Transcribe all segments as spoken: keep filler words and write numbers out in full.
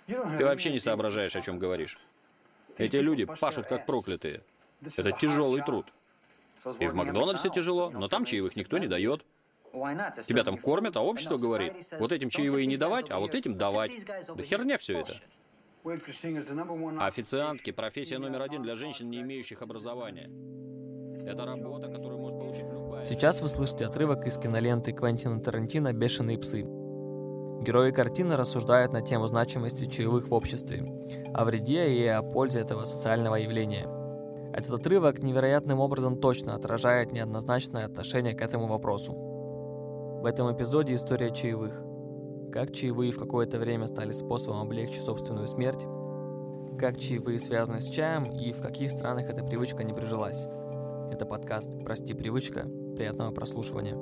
Ты вообще не соображаешь, о чем говоришь. Эти люди пашут как проклятые. Это тяжелый труд. И в Макдональдсе тяжело, но там чаевых никто не дает. Тебя там кормят, а общество говорит, вот этим чаевые не давать, а вот этим давать. Да херня все это. Официантки – профессия номер один для женщин, не имеющих образования. Это работа, которую может получить любая... Сейчас вы слышите отрывок из киноленты Квентина Тарантино «Бешеные псы». Герои картины рассуждают на тему значимости чаевых в обществе, о вреде и о пользе этого социального явления. Этот отрывок невероятным образом точно отражает неоднозначное отношение к этому вопросу. В этом эпизоде история чаевых. Как чаевые в какое-то время стали способом облегчить собственную смерть, как чаевые связаны с чаем и в каких странах эта привычка не прижилась. Это подкаст «Прости, привычка». Приятного прослушивания.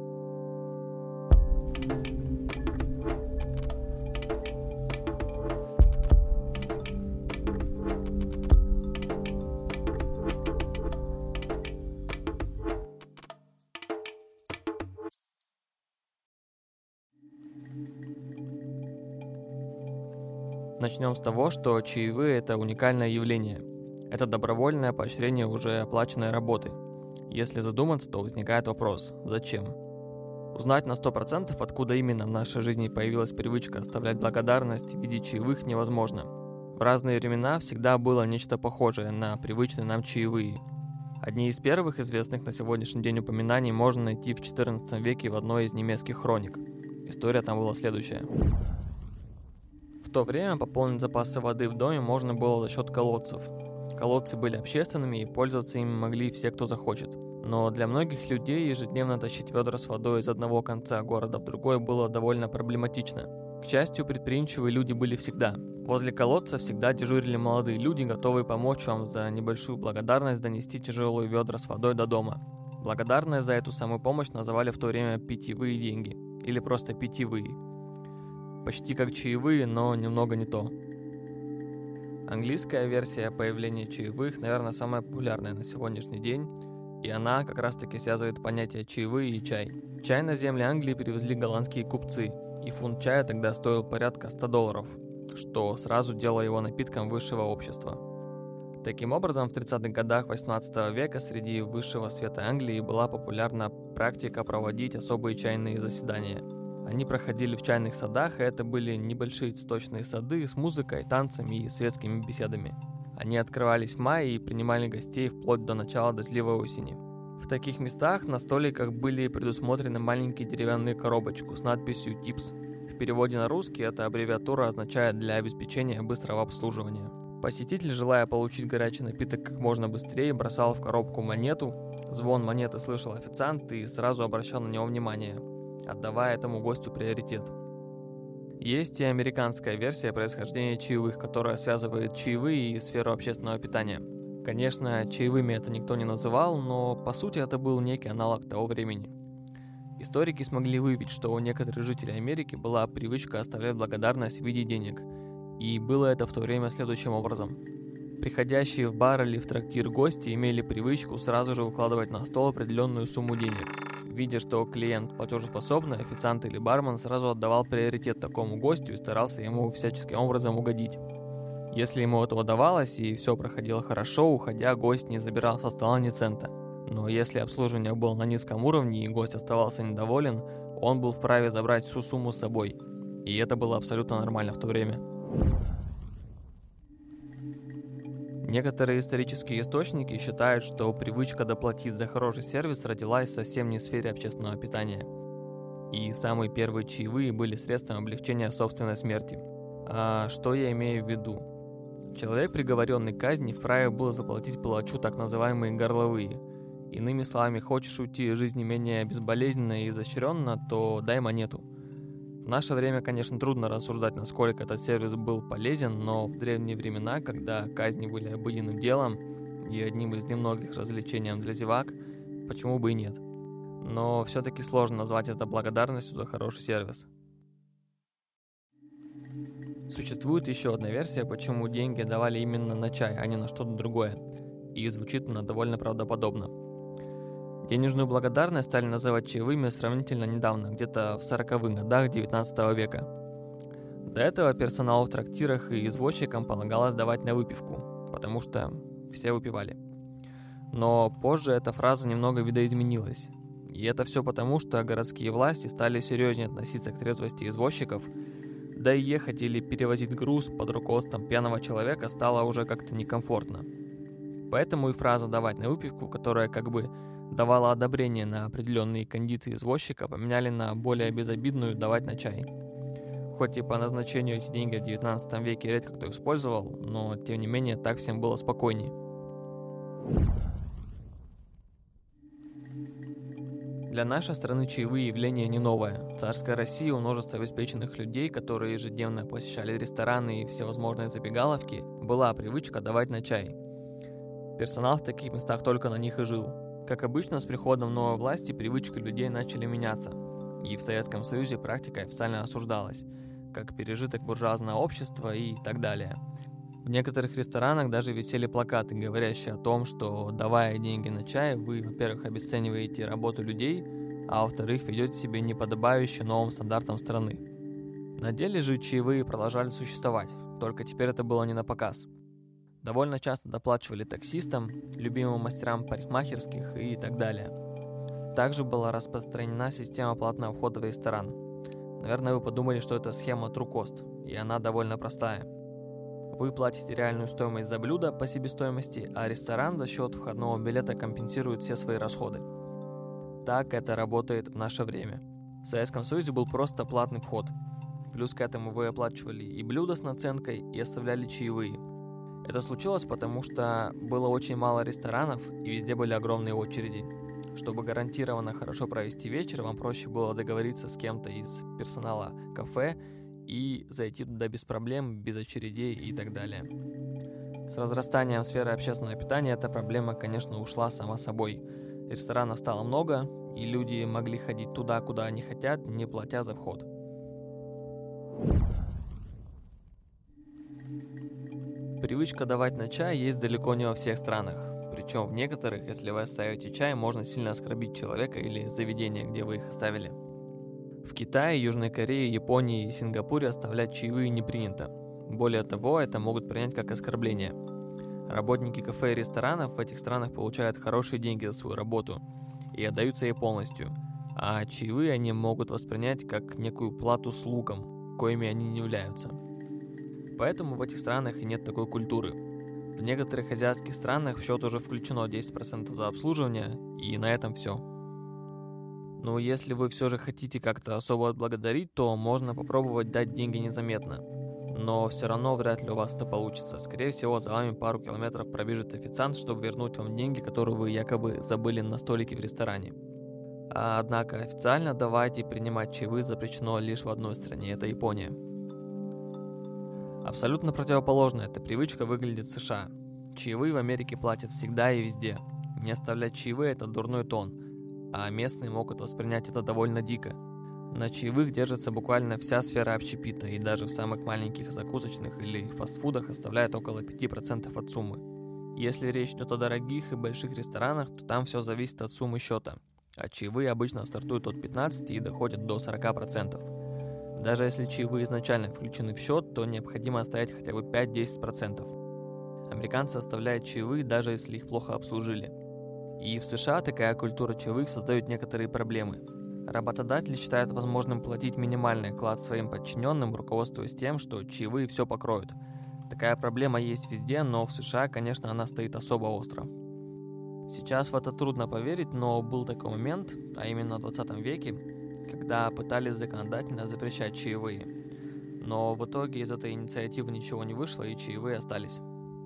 Начнем с того, что чаевые – это уникальное явление. Это добровольное поощрение уже оплаченной работы. Если задуматься, то возникает вопрос – зачем? Узнать на сто процентов, откуда именно в нашей жизни появилась привычка оставлять благодарность в виде чаевых, невозможно. В разные времена всегда было нечто похожее на привычные нам чаевые. Одни из первых известных на сегодняшний день упоминаний можно найти в четырнадцатом веке в одной из немецких хроник. История там была следующая. В то время пополнить запасы воды в доме можно было за счет колодцев. Колодцы были общественными и пользоваться ими могли все, кто захочет. Но для многих людей ежедневно тащить ведра с водой из одного конца города в другой было довольно проблематично. К счастью, предприимчивые люди были всегда. Возле колодца всегда дежурили молодые люди, готовые помочь вам за небольшую благодарность донести тяжелые ведра с водой до дома. Благодарность за эту самую помощь называли в то время питьевые деньги, или просто питьевые. Почти как чаевые, но немного не то. Английская версия появления чаевых, наверное, самая популярная на сегодняшний день, и она как раз-таки связывает понятия чаевые и чай. Чай на земли Англии привезли голландские купцы, и фунт чая тогда стоил порядка ста долларов, что сразу делало его напитком высшего общества. Таким образом, в тридцатых годах восемнадцатого века среди высшего света Англии была популярна практика проводить особые чайные заседания. Они проходили в чайных садах, и это были небольшие цветочные сады с музыкой, танцами и светскими беседами. Они открывались в мае и принимали гостей вплоть до начала дождливой осени. В таких местах на столиках были предусмотрены маленькие деревянные коробочки с надписью «Типс». В переводе на русский эта аббревиатура означает «для обеспечения быстрого обслуживания». Посетитель, желая получить горячий напиток как можно быстрее, бросал в коробку монету, звон монеты слышал официант и сразу обращал на него внимание, отдавая этому гостю приоритет. Есть и американская версия происхождения чаевых, которая связывает чаевые и сферу общественного питания. Конечно, чаевыми это никто не называл, но по сути это был некий аналог того времени. Историки смогли выявить, что у некоторых жителей Америки была привычка оставлять благодарность в виде денег. И было это в то время следующим образом. Приходящие в бар или в трактир гости имели привычку сразу же укладывать на стол определенную сумму денег. Видя, что клиент платежеспособный, официант или бармен сразу отдавал приоритет такому гостю и старался ему всяческим образом угодить. Если ему это удавалось и все проходило хорошо, уходя, гость не забирал со стола ни цента. Но если обслуживание было на низком уровне и гость оставался недоволен, он был вправе забрать всю сумму с собой. И это было абсолютно нормально в то время. Некоторые исторические источники считают, что привычка доплатить за хороший сервис родилась совсем не в сфере общественного питания. И самые первые чаевые были средством облегчения собственной смерти. А что я имею в виду? Человек, приговоренный к казни, вправе был заплатить палачу так называемые горловые. Иными словами, хочешь уйти из жизни менее безболезненно и изощренно, то дай монету. В наше время, конечно, трудно рассуждать, насколько этот сервис был полезен, но в древние времена, когда казни были обыденным делом и одним из немногих развлечений для зевак, почему бы и нет. Но все-таки сложно назвать это благодарностью за хороший сервис. Существует еще одна версия, почему деньги давали именно на чай, а не на что-то другое, и звучит она довольно правдоподобно. Денежную благодарность стали называть чаевыми сравнительно недавно, где-то в сороковых годах девятнадцатого века. До этого персоналу в трактирах и извозчикам полагалось давать на выпивку, потому что все выпивали. Но позже эта фраза немного видоизменилась. И это все потому, что городские власти стали серьезнее относиться к трезвости извозчиков, да и ехать или перевозить груз под руководством пьяного человека стало уже как-то некомфортно. Поэтому и фраза «давать на выпивку», которая как бы давала одобрение на определенные кондиции извозчика, поменяли на более безобидную «давать на чай». Хоть и по назначению эти деньги в девятнадцатом веке редко кто использовал, но тем не менее так всем было спокойнее. Для нашей страны чаевые явление не новое. В царской России у множества обеспеченных людей, которые ежедневно посещали рестораны и всевозможные забегаловки, была привычка давать на чай. Персонал в таких местах только на них и жил. Как обычно, с приходом новой власти привычки людей начали меняться. И в Советском Союзе практика официально осуждалась, как пережиток буржуазного общества и так далее. В некоторых ресторанах даже висели плакаты, говорящие о том, что, давая деньги на чай, вы, во-первых, обесцениваете работу людей, а во-вторых, ведете себя неподобающе новым стандартам страны. На деле же чаевые продолжали существовать, только теперь это было не на показ. Довольно часто доплачивали таксистам, любимым мастерам парикмахерских и так далее. Также была распространена система платного входа в ресторан. Наверное, вы подумали, что это схема True Cost, и она довольно простая. Вы платите реальную стоимость за блюдо по себестоимости, а ресторан за счет входного билета компенсирует все свои расходы. Так это работает в наше время. В Советском Союзе был просто платный вход. Плюс к этому вы оплачивали и блюдо с наценкой, и оставляли чаевые. Это случилось потому, что было очень мало ресторанов, и везде были огромные очереди. Чтобы гарантированно хорошо провести вечер, вам проще было договориться с кем-то из персонала кафе и зайти туда без проблем, без очередей и так далее. С разрастанием сферы общественного питания эта проблема, конечно, ушла сама собой. Ресторанов стало много, и люди могли ходить туда, куда они хотят, не платя за вход. Привычка давать на чай есть далеко не во всех странах. Причем в некоторых, если вы оставите чай, можно сильно оскорбить человека или заведение, где вы их оставили. В Китае, Южной Корее, Японии и Сингапуре оставлять чаевые не принято. Более того, это могут принять как оскорбление. Работники кафе и ресторанов в этих странах получают хорошие деньги за свою работу и отдаются ей полностью, а чаевые они могут воспринять как некую плату слугам, коими они не являются. Поэтому в этих странах и нет такой культуры. В некоторых азиатских странах в счет уже включено десять процентов за обслуживание, и на этом все. Но если вы все же хотите как-то особо отблагодарить, то можно попробовать дать деньги незаметно. Но все равно вряд ли у вас это получится. Скорее всего, за вами пару километров пробежит официант, чтобы вернуть вам деньги, которые вы якобы забыли на столике в ресторане. А, однако официально давать и принимать чаевые запрещено лишь в одной стране – это Япония. Абсолютно противоположно эта привычка выглядит в США. Чаевые в Америке платят всегда и везде. Не оставлять чаевые – это дурной тон, а местные могут воспринять это довольно дико. На чаевых держится буквально вся сфера общепита, и даже в самых маленьких закусочных или фастфудах оставляют около пять процентов от суммы. Если речь идет о дорогих и больших ресторанах, то там все зависит от суммы счета, а чаевые обычно стартуют от пятнадцати и доходят до сорока процентов. Даже если чаевые изначально включены в счет, то необходимо оставить хотя бы пять-десять процентов. Американцы оставляют чаевые, даже если их плохо обслужили. И в США такая культура чаевых создает некоторые проблемы. Работодатели считают возможным платить минимальный оклад своим подчиненным, руководствуясь тем, что чаевые все покроют. Такая проблема есть везде, но в США, конечно, она стоит особо остро. Сейчас в это трудно поверить, но был такой момент, а именно в двадцатом веке, когда пытались законодательно запрещать чаевые. Но в итоге из этой инициативы ничего не вышло, и чаевые остались.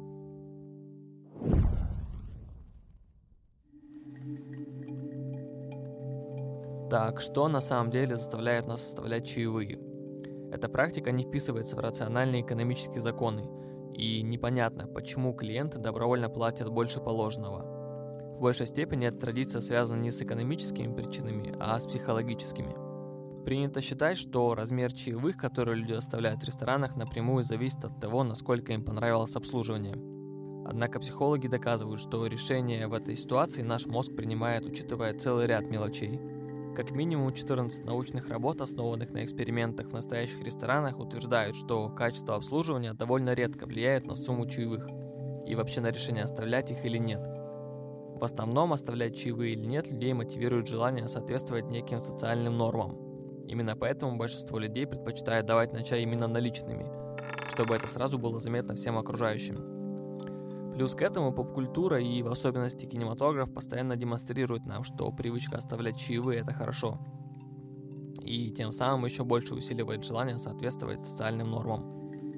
Так, что на самом деле заставляет нас оставлять чаевые? Эта практика не вписывается в рациональные экономические законы, и непонятно, почему клиенты добровольно платят больше положенного. В большей степени эта традиция связана не с экономическими причинами, а с психологическими. Принято считать, что размер чаевых, которые люди оставляют в ресторанах, напрямую зависит от того, насколько им понравилось обслуживание. Однако психологи доказывают, что решение в этой ситуации наш мозг принимает, учитывая целый ряд мелочей. Как минимум четырнадцать научных работ, основанных на экспериментах в настоящих ресторанах, утверждают, что качество обслуживания довольно редко влияет на сумму чаевых и вообще на решение, оставлять их или нет. В основном оставлять чаевые или нет людей мотивирует желание соответствовать неким социальным нормам. Именно поэтому большинство людей предпочитают давать на чай именно наличными, чтобы это сразу было заметно всем окружающим. Плюс к этому поп-культура и в особенности кинематограф постоянно демонстрируют нам, что привычка оставлять чаевые – это хорошо. И тем самым еще больше усиливает желание соответствовать социальным нормам.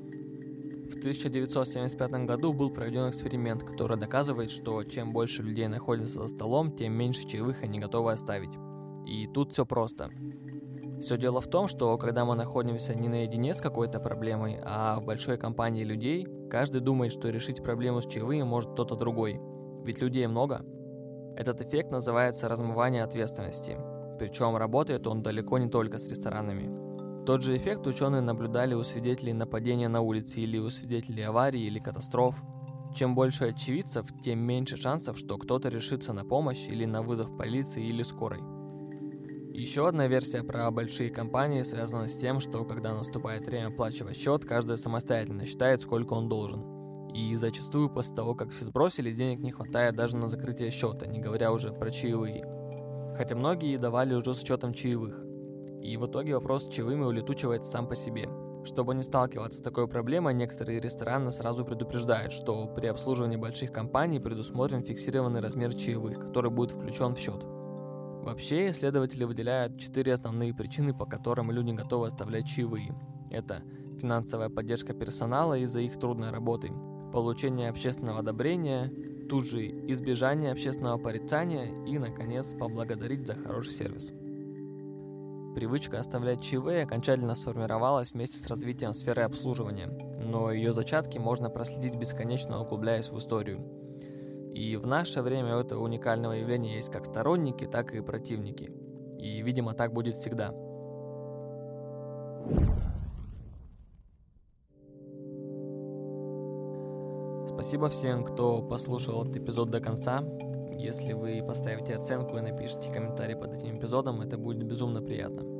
В тысяча девятьсот семьдесят пятом году был проведен эксперимент, который доказывает, что чем больше людей находится за столом, тем меньше чаевых они готовы оставить. И тут все просто. Все дело в том, что когда мы находимся не наедине с какой-то проблемой, а в большой компании людей, каждый думает, что решить проблему с чаевыми может кто-то другой. Ведь людей много. Этот эффект называется размывание ответственности. Причем работает он далеко не только с ресторанами. Тот же эффект ученые наблюдали у свидетелей нападения на улице или у свидетелей аварий или катастроф. Чем больше очевидцев, тем меньше шансов, что кто-то решится на помощь или на вызов полиции или скорой. Еще одна версия про большие компании связана с тем, что когда наступает время оплачивать счет, каждый самостоятельно считает, сколько он должен. И зачастую после того, как все сбросились, денег не хватает даже на закрытие счета, не говоря уже про чаевые. Хотя многие давали уже с учетом чаевых. И в итоге вопрос с чаевыми улетучивается сам по себе. Чтобы не сталкиваться с такой проблемой, некоторые рестораны сразу предупреждают, что при обслуживании больших компаний предусмотрен фиксированный размер чаевых, который будет включен в счет. Вообще, исследователи выделяют четыре основные причины, по которым люди готовы оставлять чаевые. Это финансовая поддержка персонала из-за их трудной работы, получение общественного одобрения, тут же избежание общественного порицания и, наконец, поблагодарить за хороший сервис. Привычка оставлять чаевые окончательно сформировалась вместе с развитием сферы обслуживания, но ее зачатки можно проследить бесконечно, углубляясь в историю. И в наше время у этого уникального явления есть как сторонники, так и противники. И, видимо, так будет всегда. Спасибо всем, кто послушал этот эпизод до конца. Если вы поставите оценку и напишите комментарий под этим эпизодом, это будет безумно приятно.